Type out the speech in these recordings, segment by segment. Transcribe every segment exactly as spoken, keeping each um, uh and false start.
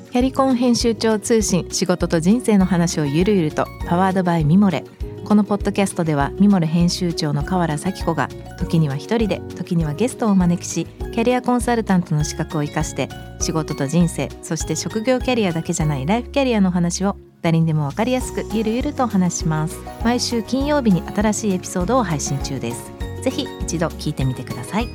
キャリコン編集長通信、仕事と人生の話をゆるゆると、パワードバイミモレ。このポッドキャストではミモレ編集長の河原咲子が時には一人で、時にはゲストをお招きし、キャリアコンサルタントの資格を生かして仕事と人生、そして職業キャリアだけじゃないライフキャリアの話を誰にでも分かりやすくゆるゆるとお話します。毎週金曜日に新しいエピソードを配信中です。ぜひ一度聞いてみてください。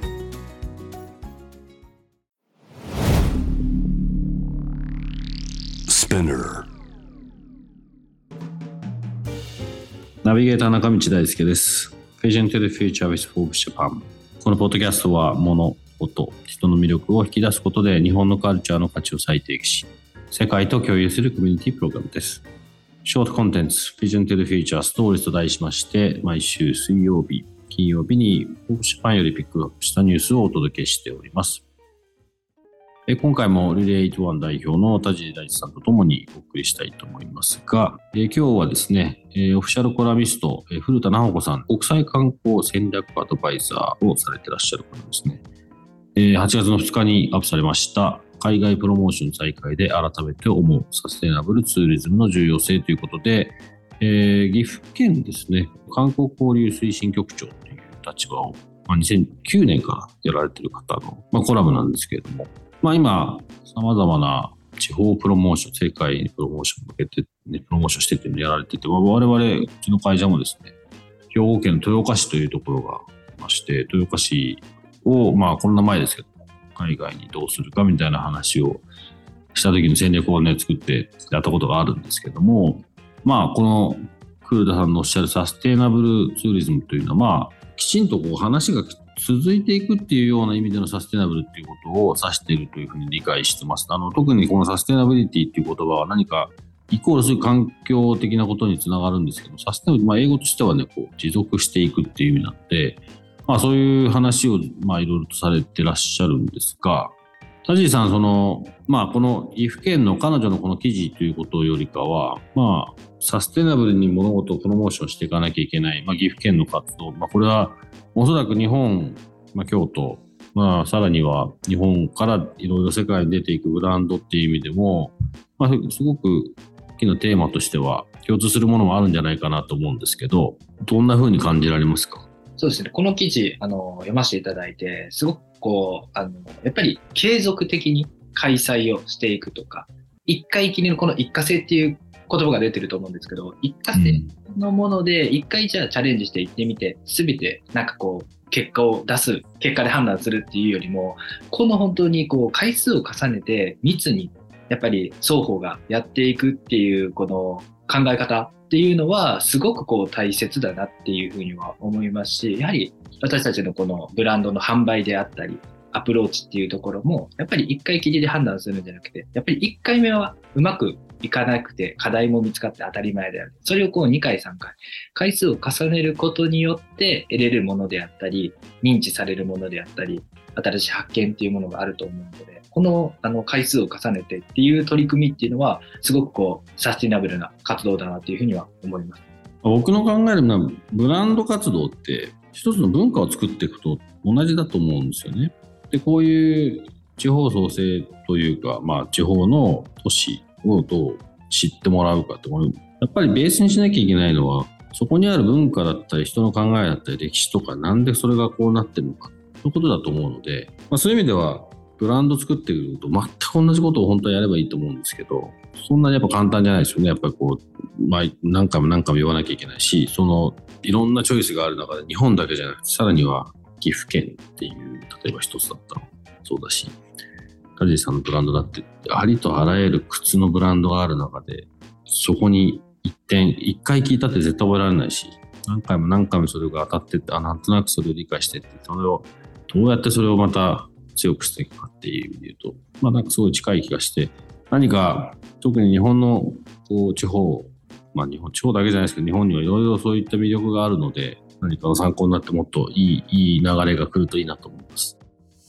ナビゲーター中道大輔です。 Vision to the Future with Forbes Japan。 このポッドキャストは物、こと人の魅力を引き出すことで日本のカルチャーの価値を再定義し、世界と共有するコミュニティプログラムです。ショートコンテンツ Vision to the Future Stories と題しまして、毎週水曜日、金曜日に Forbes Japan よりピックアップしたニュースをお届けしております。え今回もリレーはちじゅういち代表の田尻大地さんとともにお送りしたいと思いますが、え今日はですね、えオフィシャルコラミスト、え古田直子さん、国際観光戦略アドバイザーをされてらっしゃる方ですね。えはちがつのふつかにアップされました海外プロモーション再開で改めて思うサステナブルツーリズムの重要性ということで、えー、岐阜県ですね、観光交流推進局長という立場を、まあ、にせんきゅうねんからやられている方の、まあ、コラムなんですけれども、まあ、今様々な地方プロモーション、世界にプロモーションを向けて、ね、プロモーションしてっていうのをやられてて、まあ、我々うちの会社もですね、兵庫県の豊岡市というところがありまして、豊岡市をまあコロナ前ですけども海外にどうするかみたいな話をした時の戦略をね作ってやったことがあるんですけども、まあこの古田さんのおっしゃるサステナブルツーリズムというのは、まあきちんとこう話が続いていくっていうような意味でのサステナブルっていうことを指しているというふうに理解してます。あの特にこのサステナビリティっていう言葉は何かイコールする環境的なことにつながるんですけど、サステナブル、まあ、英語としてはねこう持続していくっていう意味なので、まあ、そういう話をまあいろいろとされてらっしゃるんですが、田尻さん、そのまあこの岐阜県の彼女のこの記事ということよりかは、まあサステナブルに物事をプロモーションしていかなきゃいけない、まあ、岐阜県の活動、まあ、これはおそらく日本、まあ、京都、まあ、さらには日本からいろいろ世界に出ていくブランドっていう意味でも、まあ、すごく大きなテーマとしては共通するものもあるんじゃないかなと思うんですけど、どんな風に感じられますか？ そうですね。この記事、あの、読ませていただいて、すごくこう、あの、やっぱり継続的に開催をしていくとか、一回きりのこの一過性っていう言葉が出てると思うんですけど、一過性のもので一回じゃあチャレンジしていってみて、すべてなんかこう、結果を出す、結果で判断するっていうよりも、この本当にこう、回数を重ねて密に、やっぱり双方がやっていくっていうこの考え方っていうのはすごくこう大切だなっていうふうには思いますし、やはり私たちのこのブランドの販売であったりアプローチっていうところもやっぱり一回きりで判断するんじゃなくて、やっぱり一回目はうまくいかなくて課題も見つかって当たり前である。それをこうにかいさんかい回数を重ねることによって得れるものであったり、認知されるものであったり、新しい発見っていうものがあると思うので、このあの回数を重ねてっていう取り組みっていうのはすごくこうサスティナブルな活動だなというふうには思います。 僕の考えるのはブランド活動って一つの文化を作っていくと同じだと思うんですよね。でこういう地方創生というか、まあ、地方の都市をどう知ってもらうかって、やっぱりベースにしなきゃいけないのはそこにある文化だったり人の考えだったり歴史とか、なんでそれがこうなってるのかということだと思うので、まあ、そういう意味ではブランド作ってくると全く同じことを本当はやればいいと思うんですけど、そんなにやっぱ簡単じゃないですよね。やっぱりこう、まあ、何回も何回も言わなきゃいけないし、そのいろんなチョイスがある中で日本だけじゃなくて、さらには岐阜県っていう例えば一つだったらそうだし、田尻さんのブランドだってありとあらゆる靴のブランドがある中で、そこに一点一回聞いたって絶対覚えられないし、何回も何回もそれが当たってって、あなんとなくそれを理解してって、それをどうやってそれをまた強くしていくかっていう意味で言うと、まあなんかすごい近い気がして、何か特に日本のこう地方、まあ日本地方だけじゃないですけど、日本にはいろいろそういった魅力があるので、何かの参考になってもっといい、いい流れが来るといいなと思います。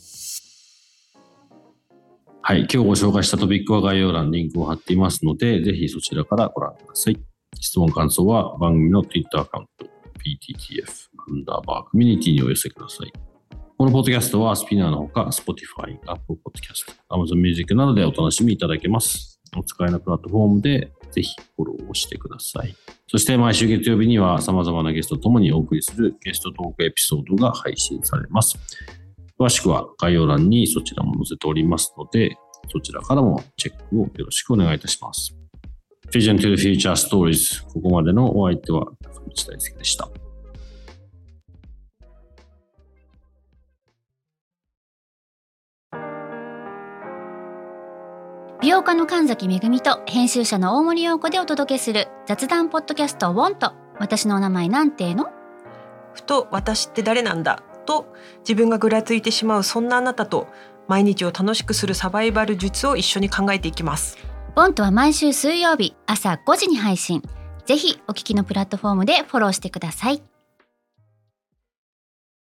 はい、今日ご紹介したトピックは概要欄にリンクを貼っていますので、ぜひそちらからご覧ください。質問感想は番組の Twitter アカウント ピーティーティーエフ アンダーバーコミュニティにお寄せください。 このポッドキャストはスピナーのほか Spotify、Apple Podcast、Amazon Music などでお楽しみいただけます。お使いのプラットフォームでぜひフォローをしてください。そして毎週月曜日には様々なゲストともにお送りするゲストトークエピソードが配信されます。詳しくは概要欄にそちらも載せておりますので、そちらからもチェックをよろしくお願いいたします。Vision to the Future Stories。ここまでのお相手は中道大輔でした。 美容家の神崎めぐみと編集者の大森洋子でお届けする雑談ポッドキャストウォント。私のお名前なんていうの？ ふと私って誰なんだと自分がぐらついてしまうそんなあなたと毎日を楽しくするサバイバル術を一緒に考えていきます。 ウォントは毎週水曜日朝ごじに配信。ぜひお聞きのプラットフォームでフォローしてください。